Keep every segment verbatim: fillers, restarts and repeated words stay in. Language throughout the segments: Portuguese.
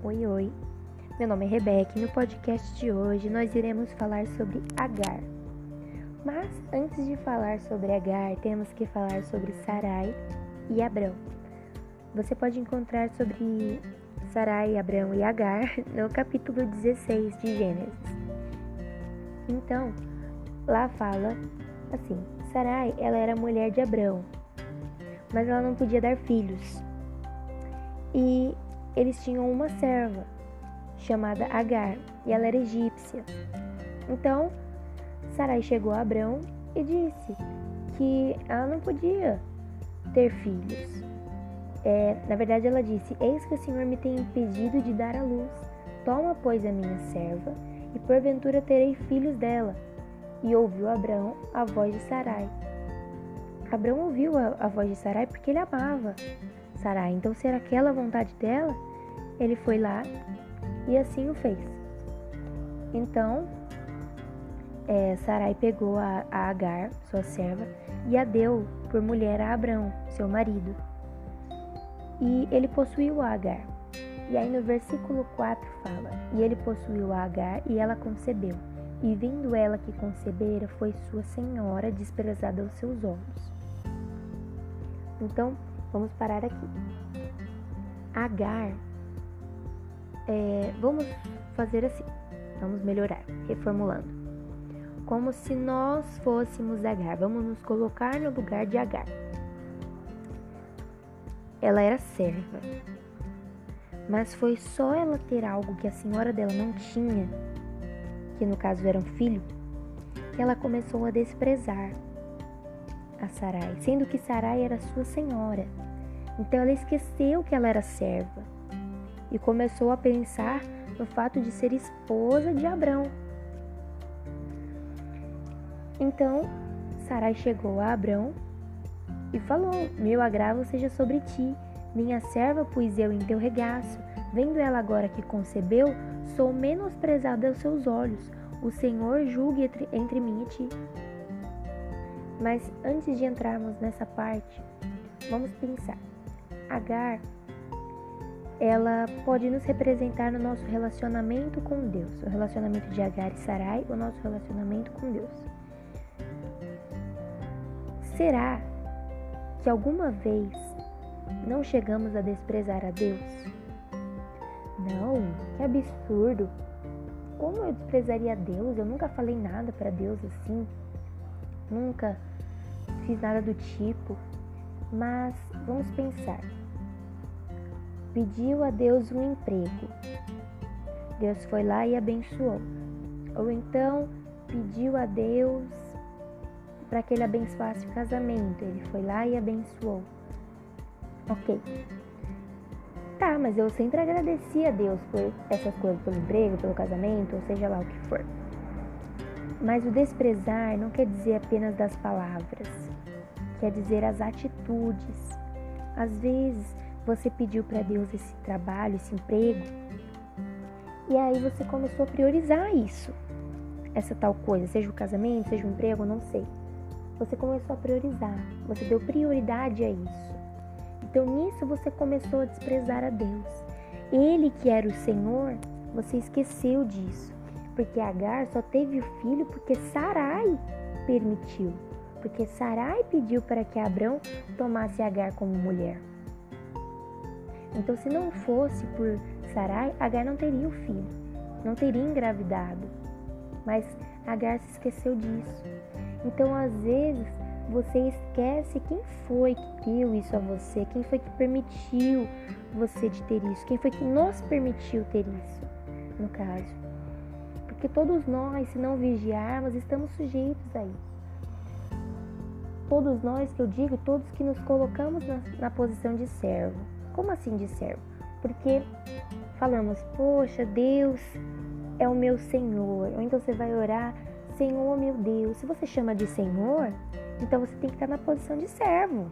Oi, oi, meu nome é Rebeca e no podcast de hoje nós iremos falar sobre Agar. Mas antes de falar sobre Agar, temos que falar sobre Sarai e Abrão. Você pode encontrar sobre Sarai, Abrão e Agar no capítulo dezesseis de Gênesis. Então, lá fala assim, Sarai, ela era mulher de Abrão, mas ela não podia dar filhos. E eles tinham uma serva chamada Agar, e ela era egípcia. Então, Sarai chegou a Abrão e disse que ela não podia ter filhos. É, na verdade, ela disse, eis que o Senhor me tem impedido de dar à luz. Toma, pois, a minha serva, e porventura terei filhos dela. E ouviu Abrão a voz de Sarai. Abrão ouviu a, a voz de Sarai porque ele amava Sarai. Então, se era aquela a vontade dela, ele foi lá e assim o fez. Então, é, Sarai pegou a, a Agar, sua serva, e a deu por mulher a Abrão, seu marido. E ele possuiu a Agar. E aí no versículo quatro fala, e ele possuiu a Agar e ela concebeu. E vendo ela que concebera, foi sua senhora desprezada aos seus olhos. Então, vamos parar aqui. Agar, é, vamos fazer assim, vamos melhorar, reformulando. Como se nós fôssemos Agar, vamos nos colocar no lugar de Agar. Ela era serva, mas foi só ela ter algo que a senhora dela não tinha, que no caso era um filho, que ela começou a desprezar a Sarai, sendo que Sarai era sua senhora. Então ela esqueceu que ela era serva e começou a pensar no fato de ser esposa de Abrão. Então Sarai chegou a Abrão e falou, meu agravo seja sobre ti, minha serva pus eu em teu regaço. Vendo ela agora que concebeu, sou menosprezada aos seus olhos. O Senhor julgue entre, entre mim e ti. Mas antes de entrarmos nessa parte, vamos pensar. Agar, ela pode nos representar no nosso relacionamento com Deus. O relacionamento de Agar e Sarai, o nosso relacionamento com Deus. Será que alguma vez não chegamos a desprezar a Deus? Não, que absurdo! Como eu desprezaria a Deus? Eu nunca falei nada para Deus assim, nunca fiz nada do tipo. Mas vamos pensar. Pediu a Deus um emprego. Deus foi lá e abençoou. Ou então pediu a Deus para que ele abençoasse o casamento. Ele foi lá e abençoou. Ok. Tá, mas eu sempre agradeci a Deus por essas coisas, pelo emprego, pelo casamento, ou seja lá o que for. Mas o desprezar não quer dizer apenas das palavras, quer dizer as atitudes. Às vezes você pediu para Deus esse trabalho, esse emprego, e aí você começou a priorizar isso, essa tal coisa, seja o casamento, seja o emprego, não sei. Você começou a priorizar, você deu prioridade a isso. Então nisso você começou a desprezar a Deus. Ele que era o Senhor, você esqueceu disso. Porque Agar só teve o filho porque Sarai permitiu. Porque Sarai pediu para que Abrão tomasse Agar como mulher. Então se não fosse por Sarai, Agar não teria o filho. Não teria engravidado. Mas Agar se esqueceu disso. Então às vezes você esquece quem foi que deu isso a você, quem foi que permitiu você de ter isso, quem foi que nos permitiu ter isso, no caso. Porque todos nós, se não vigiarmos, estamos sujeitos a isso. Todos nós, que eu digo, todos que nos colocamos na, na posição de servo. Como assim de servo? Porque falamos, poxa, Deus é o meu Senhor. Ou então você vai orar, Senhor, meu Deus. Se você chama de Senhor, então você tem que estar na posição de servo.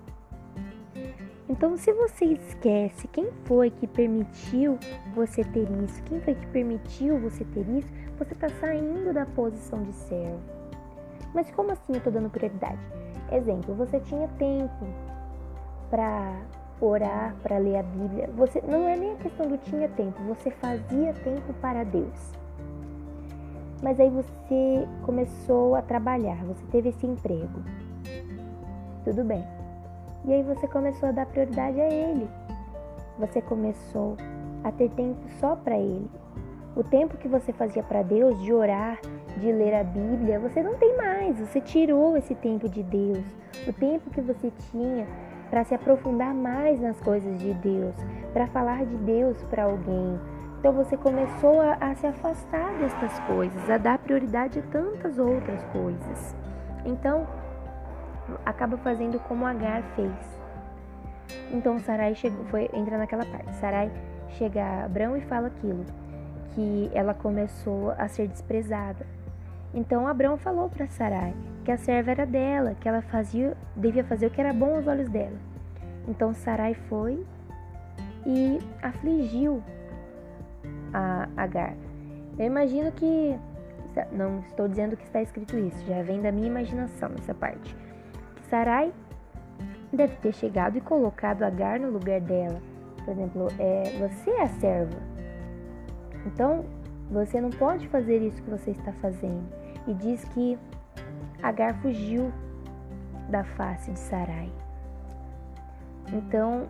Então, se você esquece quem foi que permitiu você ter isso, quem foi que permitiu você ter isso, você está saindo da posição de servo. Mas como assim eu estou dando prioridade? Exemplo, você tinha tempo para orar, para ler a Bíblia. Você não é nem a questão do tinha tempo, você fazia tempo para Deus. Mas aí você começou a trabalhar, você teve esse emprego. Tudo bem. E aí você começou a dar prioridade a Ele. Você começou a ter tempo só para Ele. O tempo que você fazia para Deus, de orar, de ler a Bíblia, você não tem mais. Você tirou esse tempo de Deus. O tempo que você tinha para se aprofundar mais nas coisas de Deus, para falar de Deus para alguém. Então você começou a, a se afastar destas coisas, a dar prioridade a tantas outras coisas. Então, acaba fazendo como Agar fez. Então Sarai chegou, foi, entra naquela parte. Sarai chega a Abrão e fala aquilo, que ela começou a ser desprezada. Então Abrão falou para Sarai que a serva era dela, que ela fazia, devia fazer o que era bom aos olhos dela. Então Sarai foi e afligiu a Agar. Eu imagino que, não estou dizendo que está escrito isso, já vem da minha imaginação essa parte, que Sarai deve ter chegado e colocado Agar no lugar dela. Por exemplo, é, você é a serva, então você não pode fazer isso que você está fazendo. E diz que Agar fugiu da face de Sarai. Então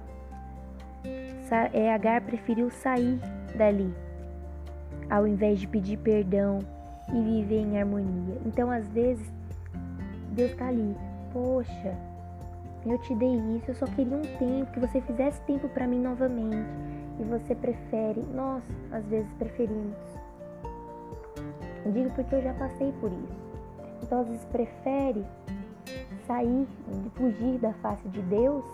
é, Agar preferiu sair dali, ao invés de pedir perdão e viver em harmonia. Então, às vezes, Deus está ali. Poxa, eu te dei isso, eu só queria um tempo, que você fizesse tempo para mim novamente. E você prefere, nós, às vezes, preferimos. Eu digo porque eu já passei por isso. Então, às vezes, prefere sair, fugir da face de Deus,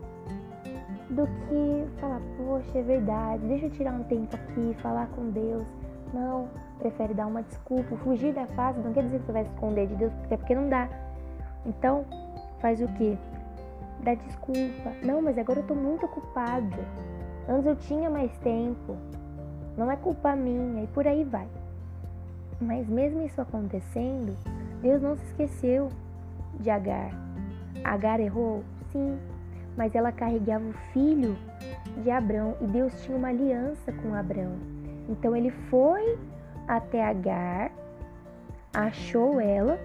do que falar, poxa, é verdade, deixa eu tirar um tempo aqui, falar com Deus. Não, prefere dar uma desculpa, fugir da face, não quer dizer que você vai se esconder de Deus, porque é porque não dá. Então, faz o quê? Dá desculpa. Não, mas agora eu tô muito ocupada. Antes eu tinha mais tempo. Não é culpa minha, e por aí vai. Mas mesmo isso acontecendo, Deus não se esqueceu de Agar. Agar errou? Sim. Mas ela carregava o filho de Abrão e Deus tinha uma aliança com Abrão. Então ele foi até Agar, achou ela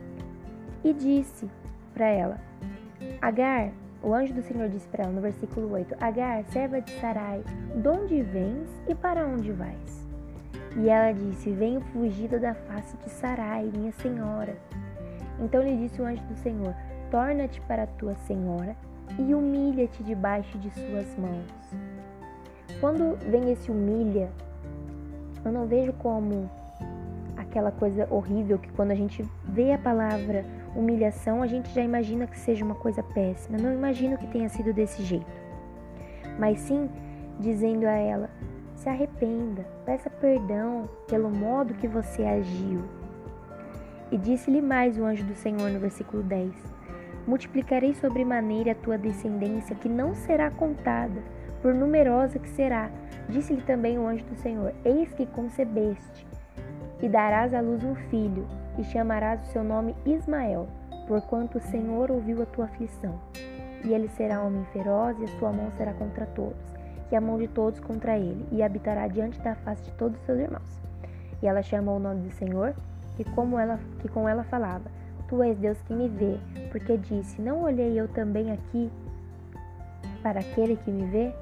e disse para ela, Agar, o anjo do Senhor disse para ela no versículo oito, Agar, serva de Sarai, de onde vens e para onde vais? E ela disse, venho fugida da face de Sarai, minha senhora. Então lhe disse o anjo do Senhor, torna-te para a tua senhora e humilha-te debaixo de suas mãos. Quando vem esse humilha, eu não vejo como aquela coisa horrível que quando a gente vê a palavra humilhação, a gente já imagina que seja uma coisa péssima. Eu não imagino que tenha sido desse jeito. Mas sim, dizendo a ela, se arrependa, peça perdão pelo modo que você agiu. E disse-lhe mais o anjo do Senhor no versículo dez, multiplicarei sobremaneira a tua descendência, que não será contada, por numerosa que será. Disse-lhe também o anjo do Senhor, eis que concebeste, e darás à luz um filho, e chamarás o seu nome Ismael, porquanto o Senhor ouviu a tua aflição. E ele será homem feroz, e a sua mão será contra todos, e a mão de todos contra ele, e habitará diante da face de todos os seus irmãos. E ela chamou o nome do Senhor, que, como ela, que com ela falava, tu és Deus que me vê, porque disse, não olhei eu também aqui para aquele que me vê?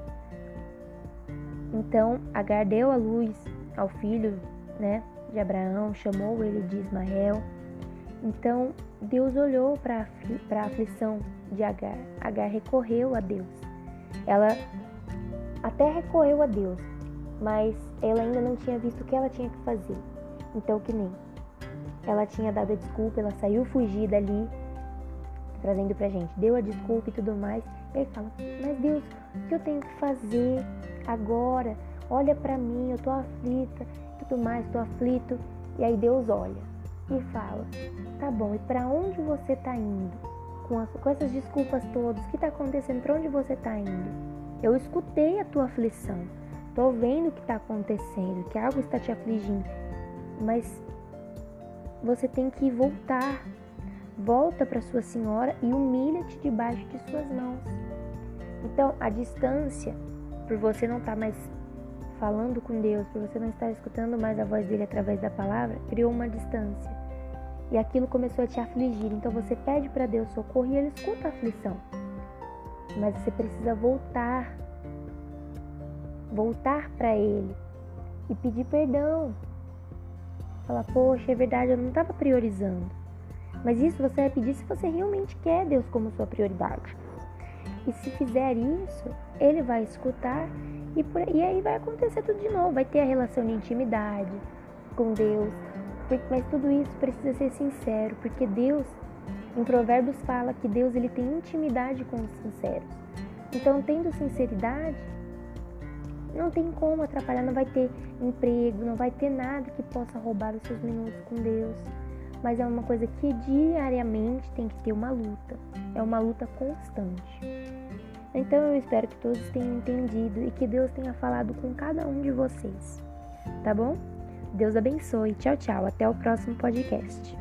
Então Agar deu a luz ao filho, né, de Abraão, chamou ele de Ismael. Então Deus olhou para a aflição de Agar. Agar recorreu a Deus. Ela até recorreu a Deus, mas ela ainda não tinha visto o que ela tinha que fazer. Então que nem ela tinha dado a desculpa, ela saiu fugida ali, trazendo pra gente, deu a desculpa e tudo mais. E aí fala, mas Deus, o que eu tenho que fazer agora? Olha pra mim, eu tô aflita, tudo mais, tô aflito. E aí Deus olha e fala, tá bom, e pra onde você tá indo? Com, as, com essas desculpas todas, o que tá acontecendo? Pra onde você tá indo? Eu escutei a tua aflição, tô vendo o que tá acontecendo, que algo está te afligindo, mas você tem que voltar. Volta para sua senhora e humilha-te debaixo de suas mãos. Então, a distância, por você não estar mais falando com Deus, por você não estar escutando mais a voz dele através da palavra, criou uma distância. E aquilo começou a te afligir. Então você pede para Deus socorro e ele escuta a aflição. Mas você precisa voltar. Voltar para ele e pedir perdão. Falar, poxa, é verdade, eu não estava priorizando. Mas isso você vai pedir se você realmente quer Deus como sua prioridade. E se fizer isso, ele vai escutar e, por, e aí vai acontecer tudo de novo. Vai ter a relação de intimidade com Deus. Mas tudo isso precisa ser sincero, porque Deus, em Provérbios fala que Deus ele tem intimidade com os sinceros. Então, tendo sinceridade, não tem como atrapalhar, não vai ter emprego, não vai ter nada que possa roubar os seus minutos com Deus. Mas é uma coisa que diariamente tem que ter uma luta, é uma luta constante. Então eu espero que todos tenham entendido e que Deus tenha falado com cada um de vocês, tá bom? Deus abençoe. Tchau, tchau. Até o próximo podcast.